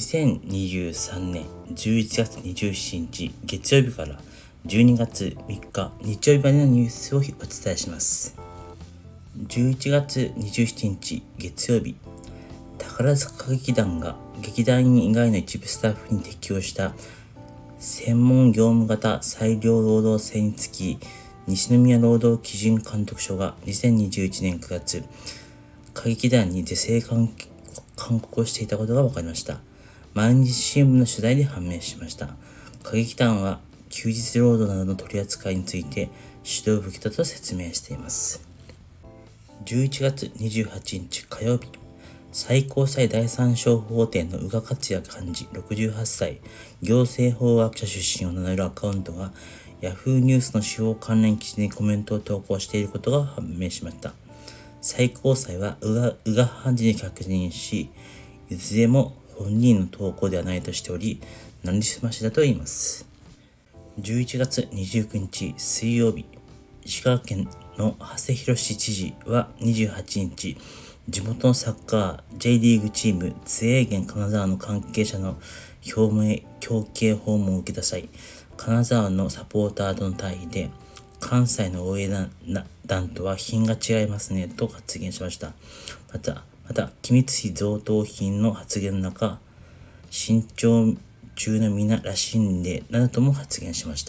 2023年11月27日月曜日から12月3日日曜日までのニュースをお伝えします。11月27日月曜日、宝塚歌劇団が劇団員以外の一部スタッフに適用した専門業務型裁量労働制につき、西宮労働基準監督署が2021年9月、歌劇団に是正勧告をしていたことが分かりました。毎日新聞の取材で判明しました。歌劇団は休日労働などの取り扱いについて指導を受けたと説明しています。11月28日火曜日、最高裁第三小法廷の宇賀克也幹事68歳、行政法学者出身を名乗るアカウントが Yahoo ニュースの司法関連記事にコメントを投稿していることが判明しました。最高裁は宇賀判事に確認し、いずれも本人の投稿ではないとしており、なりすましだと言います。11月29日水曜日、石川県の長谷博知事は28日、地元のサッカー J リーグチーム津英源金沢の関係者の表明表敬訪問を受けた際、金沢のサポーターとの対比で、関西の応援団とは品が違いますねと発言しました。また機密費贈答品の発言の中、慎重中の皆らしいんでなどとも発言しました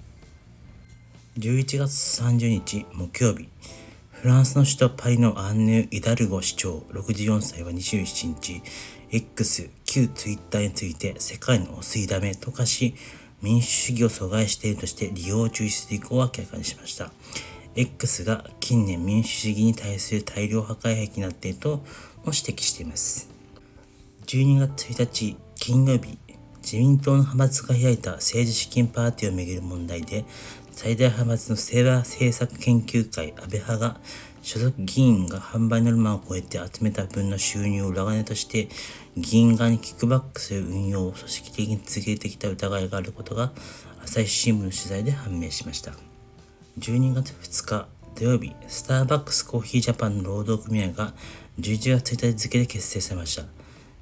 。11月30日木曜日、フランスの首都パリのアンヌ・イダルゴ市長64歳は27日、X 旧ツイッターについて世界のお吸いだめと化し、民主主義を阻害しているとして利用を中止する意向を明らかにしました。X が近年民主主義に対する大量破壊兵器になっているとも指摘しています。12月1日金曜日、自民党の派閥が開いた政治資金パーティーをめぐる問題で、最大派閥の清和政策研究会安倍派が、所属議員が販売ノルマを超えて集めた分の収入を裏金として議員側にキックバックする運用を組織的に続けてきた疑いがあることが朝日新聞の取材で判明しました。12月2日土曜日、スターバックスコーヒージャパンの労働組合が11月1日付で結成されました。労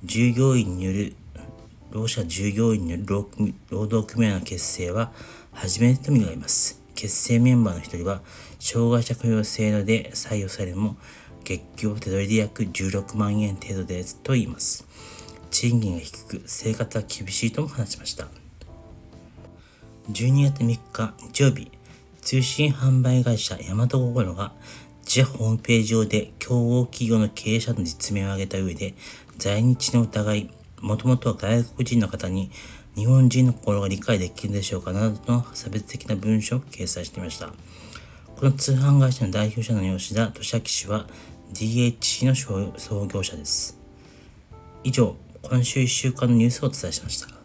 働組合の結成は初めてとみられます。結成メンバーの一人は、障害者雇用制度で採用されも、月給手取りで約16万円程度ですと言います。賃金が低く、生活は厳しいとも話しました。12月3日日曜日、通信販売会社ヤマトゴゴロが自社ホームページ上で競合企業の経営者の実名を挙げた上で、在日の疑い、もともとは外国人の方に日本人の心が理解できるでしょうかなどの差別的な文章を掲載していました。この通販会社の代表者の吉田俊明氏は DHC の創業者です。以上、今週1週間のニュースをお伝えしました。